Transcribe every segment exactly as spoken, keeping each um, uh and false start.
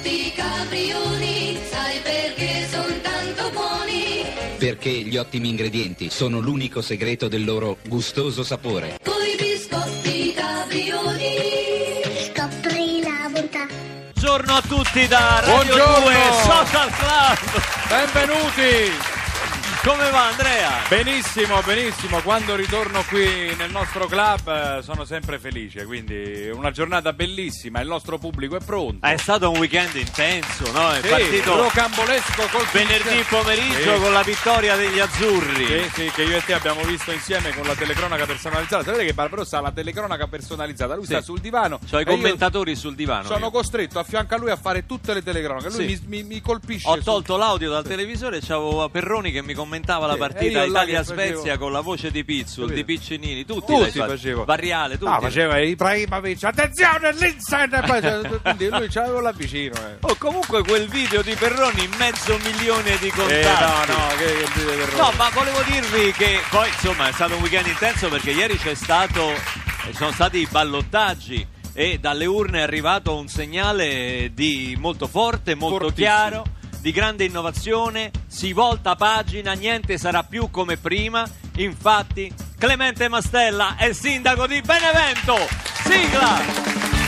biscotti caprioli, sai perché sono tanto buoni? Perché gli ottimi ingredienti sono l'unico segreto del loro gustoso sapore. Coi biscotti caprioli scopri la bontà. Buongiorno a tutti da Radio Buongiorno. due Social Club. Benvenuti! Come va Andrea? Benissimo, benissimo. Quando ritorno qui nel nostro club eh, sono sempre felice, quindi una giornata bellissima, il nostro pubblico è pronto. È stato un weekend intenso, no? È Sì, partito rocambolesco col venerdì pomeriggio Sì. con la vittoria degli azzurri. Sì, sì, che io e te abbiamo visto insieme con la telecronaca personalizzata. Sapete che Barbarossa ha la telecronaca personalizzata? Lui Sì. sta sul divano. C'ho i e io commentatori sul divano. Sono io. costretto a fianco a lui a fare tutte le telecronache. Lui Sì. mi, mi, mi colpisce. Ho su- tolto l'audio dal televisore e c'avevo Perroni che mi commentava la Sì, e partita io là che Italia-Svezia facevo- con la voce di Pizzul, Capito? di Piccinini, tutti, Tutti l'hai fatti. facevo. Variale, tutti. Ah, faceva Ibrahimovic, attenzione, l'inside! E poi, cioè, quindi lui ce l'avevo là vicino. Eh. Oh, comunque quel video di Perroni, mezzo milione di Eh, contatti. no, no, che, che video del No, ma volevo dirvi che poi insomma è stato un weekend intenso perché ieri c'è stato, sono stati i ballottaggi e dalle urne è arrivato un segnale di molto forte, molto Fortissimo. chiaro, di grande innovazione, si volta pagina, niente sarà più come prima. Infatti Clemente Mastella è il sindaco di Benevento. Sigla!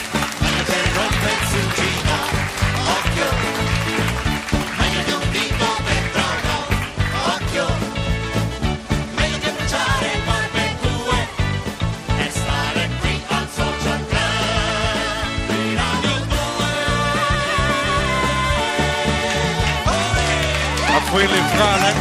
Really Fallen.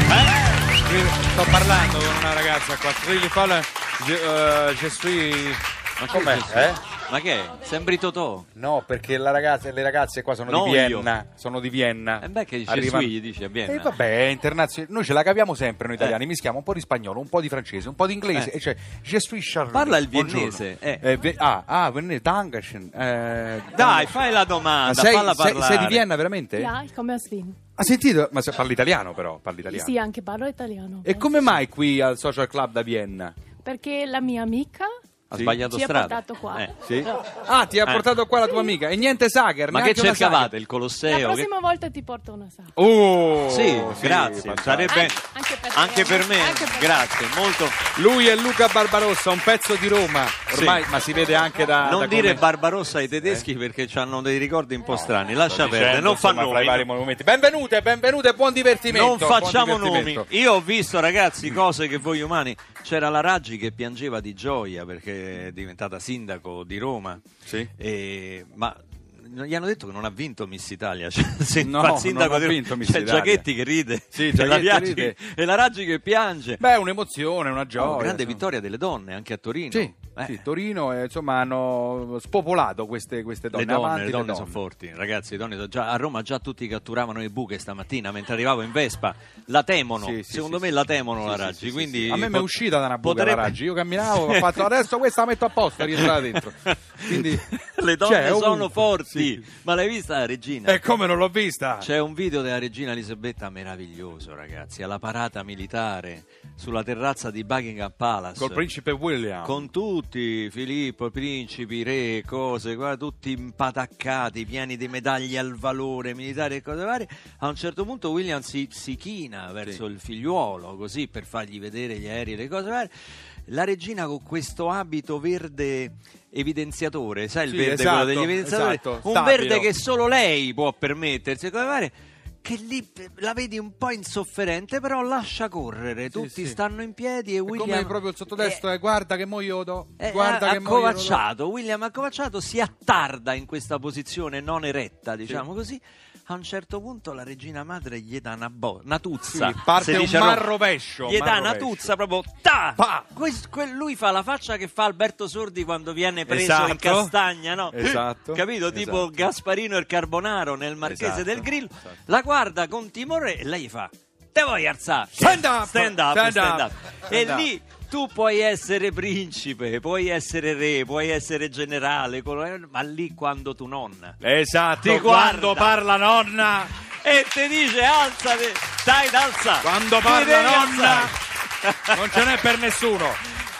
Eh? Sto parlando con una ragazza qua. Really Fallen. Je, uh, je suis. Ma Com'è? che Eh? Ma che è? Sembri Totò. No, perché la ragazza, le ragazze qua sono No, di Vienna. Sono di Vienna. E beh, che Arrivano- Gesù gli dice a Vienna. E vabbè, è internazionale. Noi ce la capiamo sempre noi italiani, mischiamo un po' di spagnolo, un po' di francese, un po' di inglese, Eh. e cioè je suis Charlie. Parla il Buongiorno. viennese, eh. Eh, ve- ah, ah, viennese, Dankeschön. Eh, Dai, fai la Ma domanda, sei, falla sei, parlare. sei di Vienna veramente? Ja, ich komme aus Wien. Ha sentito? Ma se parli italiano però, parli italiano. Sì, anche parlo italiano. E come mai qui al Social Club da Vienna? Perché la mia amica Ha Sì. sbagliato ci ha strada. portato qua. Eh. Sì? No. Ah, ti ha Eh. portato qua la tua amica e niente Sager, Ma che neanche una cercavate? Sager. Il La Colosseo? Che- prossima volta ti porto una sacca. Oh, Sì, grazie. fantastico. Sarebbe Anche- anche per te. anche per me. Anche per te. Grazie, molto. Lui è Luca Barbarossa, un pezzo di Roma. Ormai, Sì. ma si vede anche da Non da dire come- Barbarossa ai tedeschi perché hanno dei ricordi un po' strani. Lascia Sto perdere, dicendo, non fa insomma, fra i vari nomi. monumenti. Benvenute, benvenute, buon divertimento. Non facciamo buon nomi. divertimento. Io ho visto, ragazzi, cose che voi umani. C'era la Raggi che piangeva di gioia perché è diventata sindaco di Roma. Sì. E- ma gli hanno detto che non ha vinto Miss Italia. Cioè, se No, fa il sindaco non ha di Roma, vinto Miss c'è Italia. Giachetti che ride Sì, e, la Giachetti Raggi ride. che- e la Raggi che piange. Beh, un'emozione, una gioia. Oh, grande insomma. vittoria delle donne anche a Torino. Sì, Eh, sì, Torino, eh, insomma, hanno spopolato queste, queste donne. Le donne, avanti le donne sono forti, ragazzi. Le donne sono già, a Roma già tutti catturavano le buche stamattina mentre arrivavo in Vespa. La temono, Sì, sì, secondo sì, me sì. la temono la Sì, Raggi. sì, sì, quindi sì. A me mi è pot- uscita da una buca potrebbe- la Raggi. Io camminavo, ho fatto adesso questa la metto a posto, rientrata dentro. Quindi, Le donne cioè, sono ovunque. forti. Sì. Ma l'hai vista la regina? E come non l'ho vista? C'è un video della regina Elisabetta meraviglioso, ragazzi, alla parata militare sulla terrazza di Buckingham Palace. Col principe William. Con tutti, Filippo, i principi, re, cose, guarda, tutti impataccati, pieni di medaglie al valore militare e cose varie. A un certo punto William si, si china verso Sì. il figliuolo, così, per fargli vedere gli aerei e le cose varie. La regina con questo abito verde evidenziatore, sai il Sì, verde, esatto, quello degli evidenziatori? esatto, Un stabilo. verde che solo lei può permettersi, come pare, che lì la vedi un po' insofferente, però lascia correre, tutti sì. stanno in piedi e E William come proprio il sottotesto è, è guarda che mo io do, è guarda che mo io do. accovacciato. William accovacciato si attarda in questa posizione non eretta, diciamo così. A un certo punto la regina madre gli dà una, bo- una tuzza, Sì, parte si un dice a Roma. marrovescio, gli dà una marrovescio. tuzza proprio ta! Pa! Que- que- lui fa la faccia che fa Alberto Sordi quando viene preso Esatto. in castagna, no? Esatto. Capito? Tipo Esatto. Gasparino e il Carbonaro nel Marchese Esatto. del Grillo. Esatto. La guarda con timore e lei gli fa: te vuoi alzare? Stand up! Stand up, Stand stand up! up. Stand E up. lì tu puoi essere principe, puoi essere re, puoi essere generale, colo- ma lì quando tu nonna Esatto, Ti quando guarda. parla nonna, e ti dice alzati, stai d'alza. quando Ti parla devi nonna, alzare. non ce n'è per nessuno.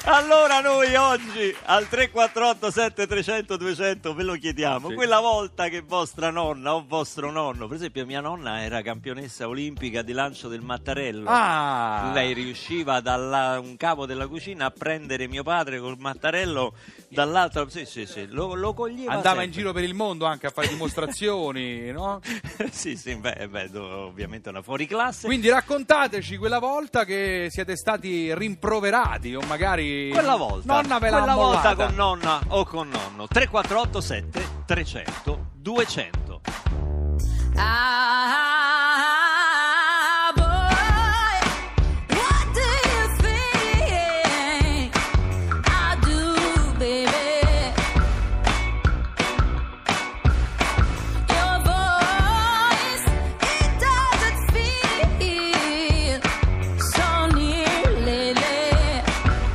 Allora noi oggi al tre quattro otto sette tre zero zero due zero zero ve lo chiediamo. Sì. Quella volta che vostra nonna o vostro nonno, per esempio mia nonna era campionessa olimpica di lancio del mattarello. Ah! Lei riusciva da un capo della cucina a prendere mio padre col mattarello dall'altro. Sì, sì, sì, lo, lo coglieva. Andava sempre. in giro per il mondo anche a fare dimostrazioni, no? Sì, sì, beh, beh, ovviamente una fuoriclasse. Quindi raccontateci quella volta che siete stati rimproverati o magari Quella volta, nonna ve l'ha quella volta mollata. con nonna o con nonno. tre quattro otto sette tre zero zero due zero zero. Ah, boy, what do you think I do, baby? Your voice, it doesn't feel so near lately.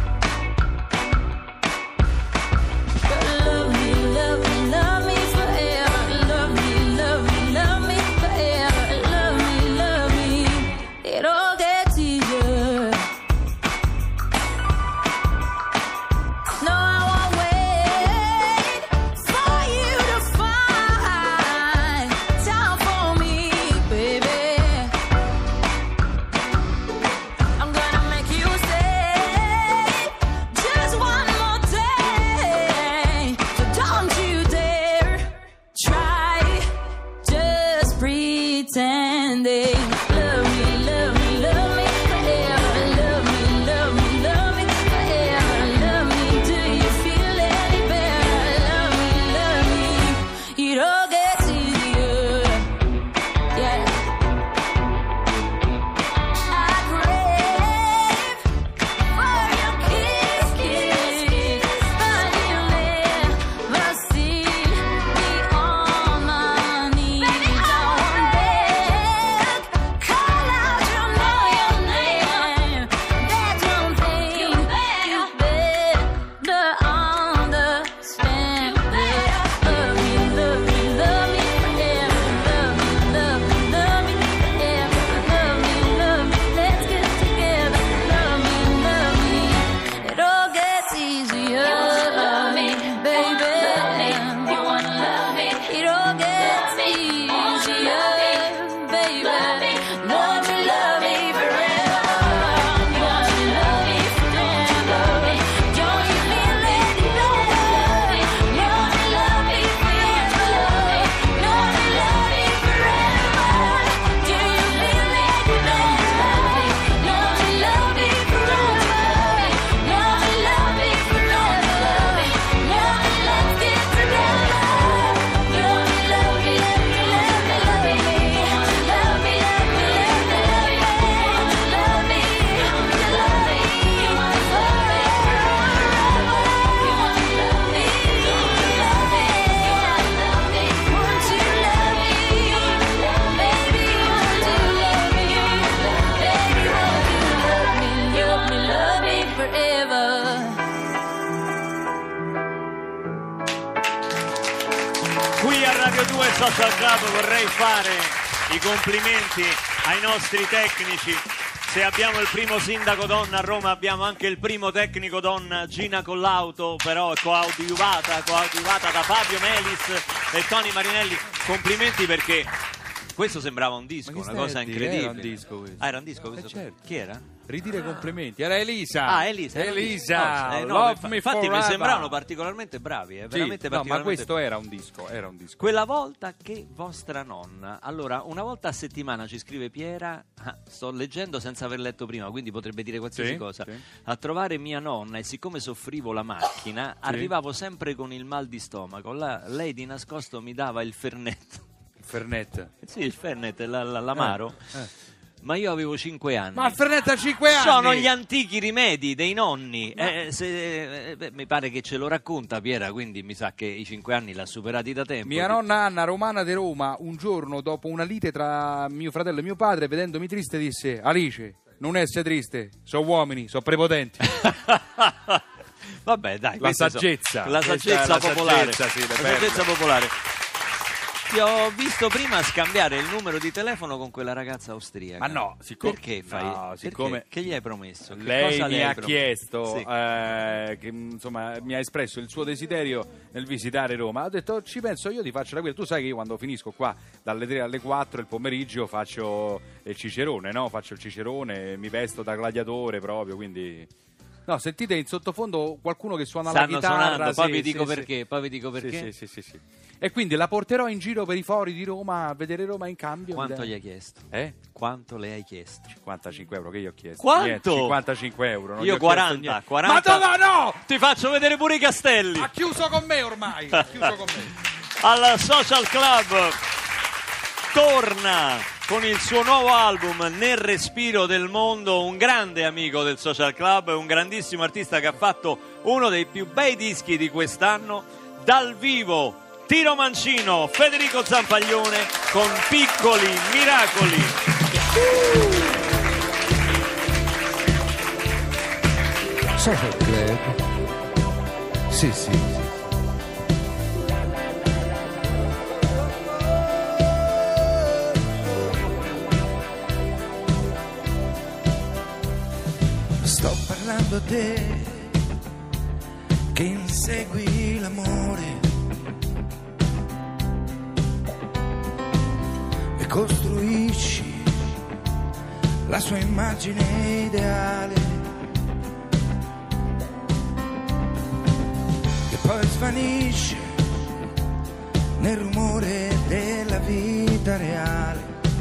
But love me, love me, love me forever. Love me, love me, love me forever. Love me, love me. It all gets easier. No, I won't wait for you to find time for me, baby. I'm gonna make you stay just one more day. So don't you dare try just pretending. Love me, love me, love me forever. Love me, love me, love me forever. Love me, do you feel any better? Love me, love me. It all gets easier. Yeah. I crave for your kiss, kiss, but you never see me on my knees. Baby, I won't beg, call out your name. That's one thing you better understand. Love me, love me, love me forever. Love me, love me, love me forever. Love me, love me, let's get together. Love me, love me, it all gets easier. Love me, baby. You wanna love me? It all gets easier, baby. Love me, love me, love me forever. You wanna love me forever? Don't you feel it? Love me, love me, love me forever. Love me, love me forever. Do you feel it? Love me, love me, love me forever. Love me, love me forever. Love me, let's get together. Love me, love me, love me, love me, love me. Love me, love me, love me, love me. Love me, love me Qui a Radio due Social Club vorrei fare i complimenti ai nostri tecnici. Se abbiamo il primo sindaco donna a Roma, abbiamo anche il primo tecnico donna, Gina Collauto, però coadiuvata, coadiuvata da Fabio Melis e Tony Marinelli. Complimenti perché questo sembrava un disco, Ma che una stai cosa a dire? incredibile. Era un disco questo. Ah, era un disco questo? Eh, certo. Chi era? Ridire complimenti. Era Elisa. Ah, Elisa. era un Elisa. disco. No, eh, no, Love infa- me infatti mi forever. sembravano particolarmente bravi, eh, Sì, veramente no, ma particolarmente questo era un disco, era un disco. Quella volta che vostra nonna, allora una volta a settimana ci scrive Piera, ah, sto leggendo senza aver letto prima, quindi potrebbe dire qualsiasi Sì, cosa, sì. a trovare mia nonna e siccome soffrivo la macchina, arrivavo sempre con il mal di stomaco, la- lei di nascosto mi dava il Fernet, Fernet. sì il Fernet, la- la- l'amaro, eh. ma io avevo cinque anni. Ma il Fernet ha cinque anni. Sono gli antichi rimedi dei nonni. Eh, se- eh, beh, mi pare che ce lo racconta Piera, quindi mi sa che i cinque anni l'ha superati da tempo. Mia nonna Anna, romana di Roma, un giorno dopo una lite tra mio fratello e mio padre, vedendomi triste, disse: Alice, non essere triste, sono uomini, sono prepotenti. Vabbè, dai, La queste sono- saggezza. la Questa saggezza è la popolare. saggezza, sì, le la perle. saggezza popolare. Ti ho visto prima scambiare il numero di telefono con quella ragazza austriaca. Ma no, siccome... Perché fai? No, perché? siccome... Che gli hai promesso? Che Lei cosa mi le hai ha promesso? chiesto, Sì. eh, che insomma mi ha espresso il suo desiderio nel visitare Roma. Ha detto ci penso io, ti faccio la guida. Tu sai che io quando finisco qua dalle tre alle quattro il pomeriggio faccio il cicerone, no? Faccio il cicerone, mi vesto da gladiatore proprio, quindi... No, sentite in sottofondo qualcuno che suona Stanno la chitarra. suonando, poi sì, vi dico sì, perché, sì. poi vi dico Sì, perché. sì, sì, sì, sì. E quindi la porterò in giro per i fori di Roma a vedere Roma in cambio. Quanto mi gli dai- hai chiesto? Eh? Quanto le hai chiesto? cinquantacinque euro che io ho chiesto. Quanto? Niente, cinquantacinque euro. Non gli Io ho chiesto quaranta, niente. quaranta. Ma no, no! Ti faccio vedere pure i castelli. Ha chiuso con me ormai. Ha chiuso con me. Al Social Club torna con il suo nuovo album Nel respiro del mondo, un grande amico del Social Club, un grandissimo artista che ha fatto uno dei più bei dischi di quest'anno, dal vivo Tino Mancino, Federico Zampaglione con Piccoli Miracoli. Social Club. Sì, sì. Sto parlando a te che insegui l'amore e costruisci la sua immagine ideale e poi svanisce nel rumore della vita reale.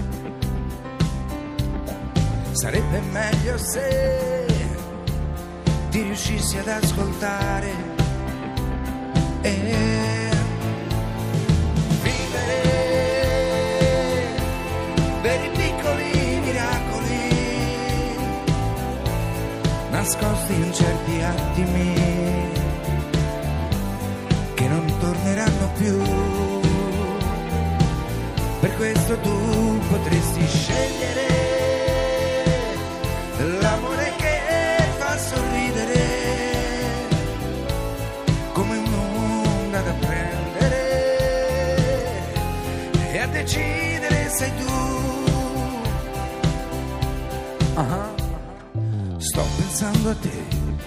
Sarebbe meglio se ti riuscissi ad ascoltare e vivere per i piccoli miracoli nascosti in certi attimi che non torneranno più. Per questo tu potresti scegliere l'amore che fa sorridere come un'onda da prendere e a decidere sei tu. Uh-huh. Sto pensando a te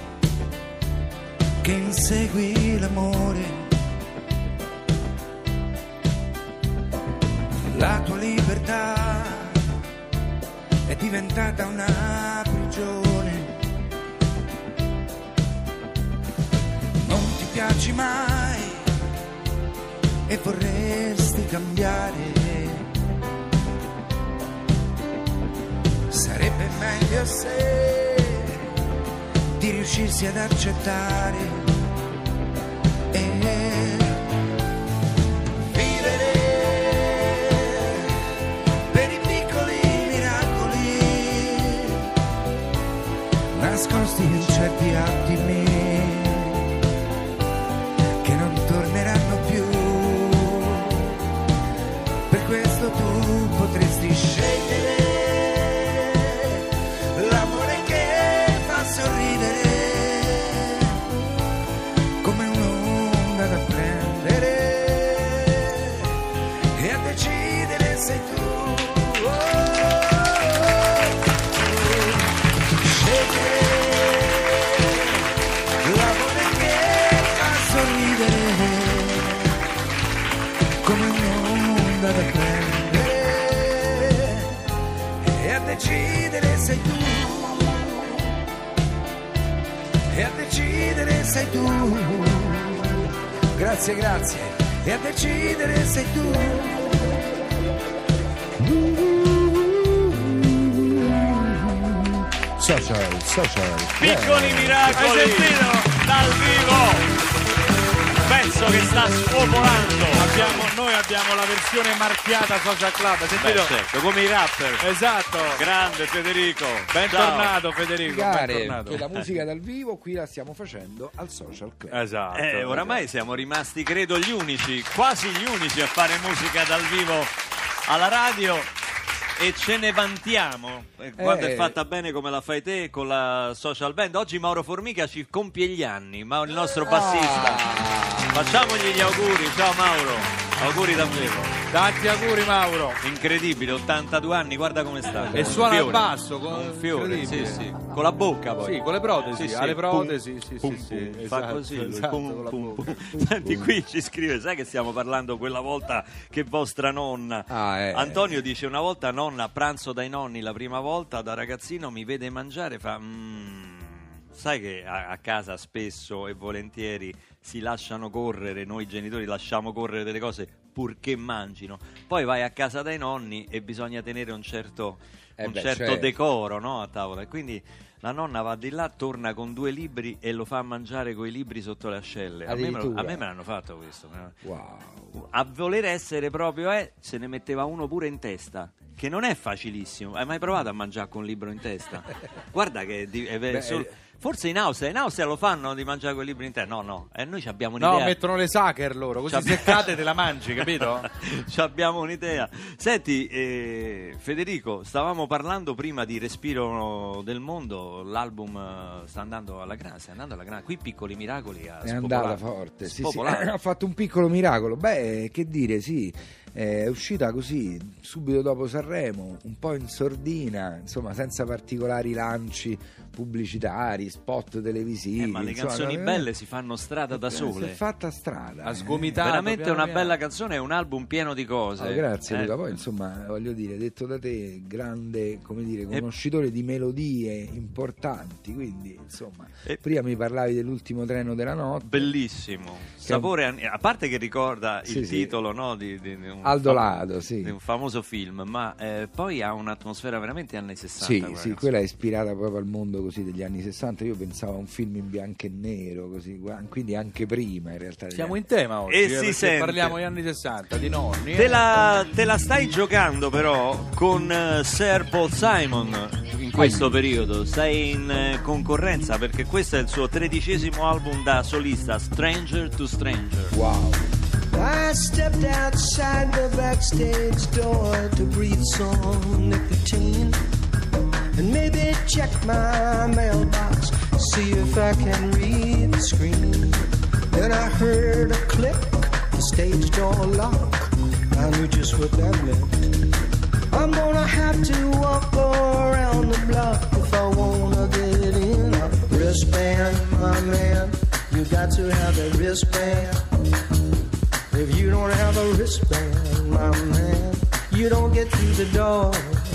che insegui l'amore, la tua libertà è diventata una prigione. Non ti piaci mai e vorresti cambiare. Sarebbe meglio se ti riuscissi ad accettare e vivere per i piccoli miracoli nascosti in certi attimi che non torneranno più. Per questo tu potresti scegliere l'amore che fa sorridere come un'onda da prendere e a decidere sei tu. Oh, scegliere l'amore che fa sorridere come un'onda da prendere e a decidere sei tu. E a decidere sei tu. Grazie, grazie. E a decidere sei tu. Social, social. Piccoli miracoli dal vivo. Penso che sta spopolando. Abbiamo, noi abbiamo la versione marchiata Social Club. Beh, Sentito? certo, come i rapper. Esatto. Grande Federico. Bentornato Federico. Spiegare Bentornato. che la musica dal vivo qui la stiamo facendo al Social Club. Esatto. Eh, oramai siamo rimasti, credo, gli unici, quasi gli unici a fare musica dal vivo alla radio e ce ne vantiamo. Eh, Quando Eh. è fatta bene come la fai te con la social band. Oggi Mauro Formica ci compie gli anni, ma il nostro bassista. Facciamogli gli auguri. Ciao Mauro, auguri davvero. Tanti auguri Mauro. Incredibile, ottantadue anni, guarda come sta. E Un suona il fiore. basso con un fiore, sì, incredibile. sì. Con la bocca poi. Sì, con le protesi, Sì, sì. ha le protesi, Pum, sì, pum, sì, sì, pum. sì, Fa esatto, così, lui, esatto, pum, con la pum, bocca. pum. Senti, qui ci scrive, sai che stiamo parlando quella volta che vostra nonna Ah, eh. Antonio dice una volta nonna a pranzo dai nonni la prima volta da ragazzino mi vede mangiare e fa "Mmm". Sai che a, a casa spesso e volentieri si lasciano correre, noi genitori lasciamo correre delle cose purché mangino. Poi vai a casa dai nonni e bisogna tenere un certo, Eh un beh, certo certo. decoro, no, a tavola. E quindi la nonna va di là, torna con due libri e lo fa mangiare coi libri sotto le ascelle. A me, me lo- Addirittura. a me me l'hanno fatto questo. Wow. A voler essere proprio, eh, se ne metteva uno pure in testa. Che non è facilissimo. Hai mai provato a mangiare con un libro in testa? Guarda che è di- è Beh, sol- forse in Austria, in Austria lo fanno di mangiare con i libri in testa. No, no, e noi ci abbiamo No, un'idea. mettono le sacher loro, così C'abbi- seccate te la mangi, capito? Ci abbiamo un'idea. Senti, eh, Federico, stavamo parlando prima di Respiro del Mondo. L'album eh, sta andando alla grande, sta andando alla grande. Qui Piccoli Miracoli ha È andata spopolato. forte, sì, sì. Spopolato. Ha fatto un piccolo miracolo. Beh, che dire, sì, è uscita così subito dopo Sanremo, un po' in sordina, insomma, senza particolari lanci pubblicitari, spot televisivi. Eh, ma le insomma, canzoni non- belle si fanno strada da eh, Si sole. è fatta strada. Ha eh. sgomitato. Veramente piano una piano. bella canzone, è un album pieno di cose. Oh, grazie Eh, Luca, poi insomma voglio dire, detto da te, grande, come dire, conoscitore di melodie importanti, quindi insomma, E- prima mi parlavi dell'ultimo treno della notte, Bellissimo, sapore anni- a parte che ricorda Sì, il sì. titolo, no, di, di- di un Aldo fam- Lado, sì. di un famoso film, ma eh, poi ha un'atmosfera veramente anni sessanta. Sì, quella sì, canzone. quella è ispirata proprio al mondo così degli anni sessanta. Io pensavo a un film in bianco e nero, così, gua- quindi anche prima in realtà. degli Siamo anni- in tema oggi, E eh, si perché sente. parliamo degli anni sessanta, di nonni. Te eh. la, te la stai giocando però con eh, Sir Paul Simon in questo periodo, sei in eh, concorrenza perché questo è il suo tredicesimo album da solista, Stranger to Stranger. Wow. I stepped outside the backstage door to breathe some nicotine and maybe check my mailbox, see if I can read the screen. Then I heard a click, the stage door lock. I knew just what that meant. I'm gonna have to walk around the block if I wanna get in. A wristband, my man, you got to have a wristband. If you don't have a wristband, my man, you don't get through the door.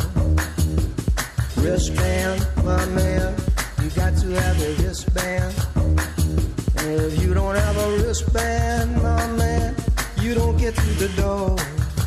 Wristband, my man, you got to have a wristband. And if you don't have a wristband, my man, you don't get through the door.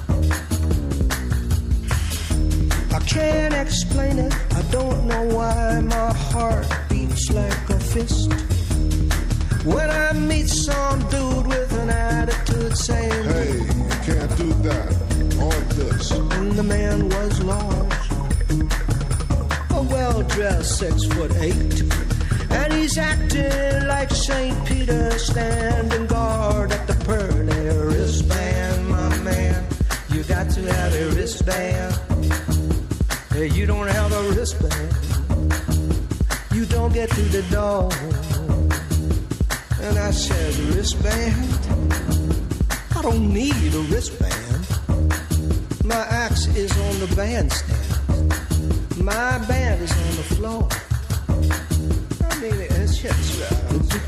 I can't explain it, I don't know why my heart beats like a fist when I meet some dude with an attitude saying, Hey, you can't do that on this. and the man was lost. A well-dressed six foot eight, and he's acting like Saint Peter standing guard at the pearly wristband. My man, you got to have a wristband. If you don't have a wristband, you don't get through the door. And I said, wristband? I don't need a wristband. My axe is on the bandstand. My band is on the floor. I mean, it's just right.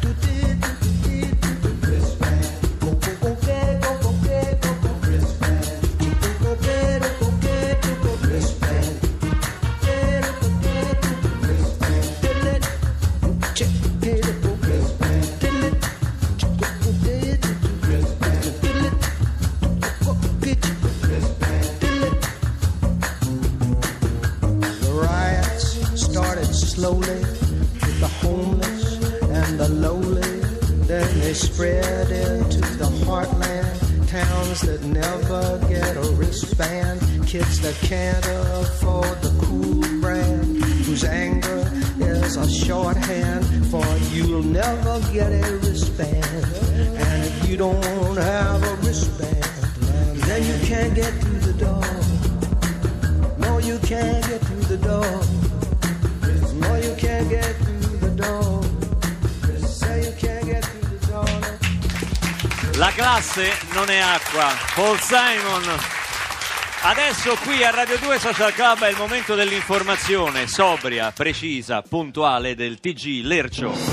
The riots started slowly with the homeless and the lowly. Then they spread into the heartland, towns that never get a wristband, kids that can't afford the cool brand, whose anger is a shorthand for you'll never get a wristband. And if you don't have a wristband, then you can't get through the door. No, you can't get through the door. No, you can't get through the door. Say you can't get through the door. La classe non è acqua. Paul Simon. Adesso qui a Radio due Social Club è il momento dell'informazione sobria, precisa, puntuale del T G Lercio.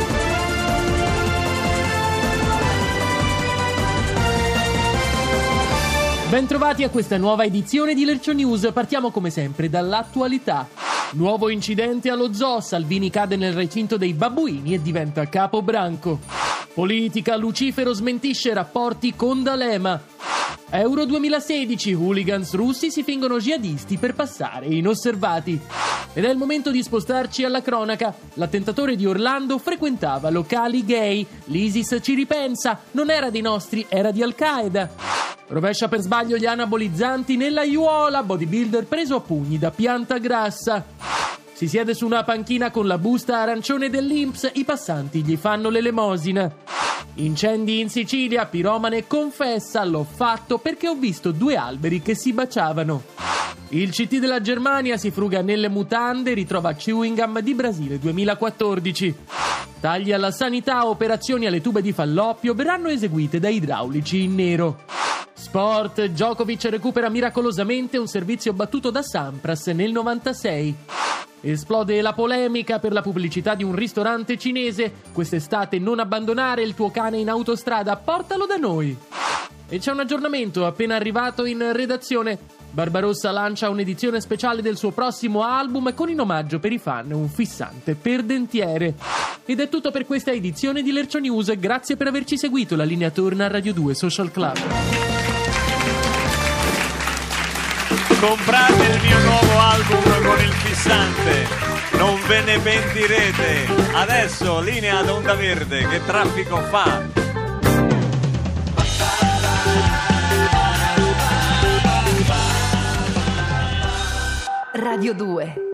Bentrovati a questa nuova edizione di Lercio News. Partiamo come sempre dall'attualità. Nuovo incidente allo zoo, Salvini cade nel recinto dei babbuini e diventa capobranco. Politica, Lucifero smentisce rapporti con D'Alema. Euro duemilasedici, hooligans russi si fingono jihadisti per passare inosservati. Ed è il momento di spostarci alla cronaca. L'attentatore di Orlando frequentava locali gay. L'ISIS ci ripensa, non era dei nostri, era di Al-Qaeda. Rovescia per sbaglio gli anabolizzanti nella aiuola, bodybuilder preso a pugni da pianta grassa. Si siede su una panchina con la busta arancione dell'I N P S, i passanti gli fanno l'elemosina. Incendi in Sicilia, piromane confessa, l'ho fatto perché ho visto due alberi che si baciavano. Il C T della Germania si fruga nelle mutande, ritrova chewing gum di Brasile duemilaquattordici. Tagli alla sanità, operazioni alle tube di Falloppio verranno eseguite da idraulici in nero. Sport, Djokovic recupera miracolosamente un servizio battuto da Sampras nel novantasei. Esplode la polemica per la pubblicità di un ristorante cinese. Quest'estate non abbandonare il tuo cane in autostrada, portalo da noi. E c'è un aggiornamento appena arrivato in redazione. Barbarossa lancia un'edizione speciale del suo prossimo album con in omaggio per i fan un fissante perdentiere. Ed è tutto per questa edizione di Lercio News. Grazie per averci seguito. La linea torna a Radio due Social Club. Comprate il mio nuovo album con il fissante, non ve ne pentirete. Adesso linea ad Onda Verde, che traffico fa? Radio due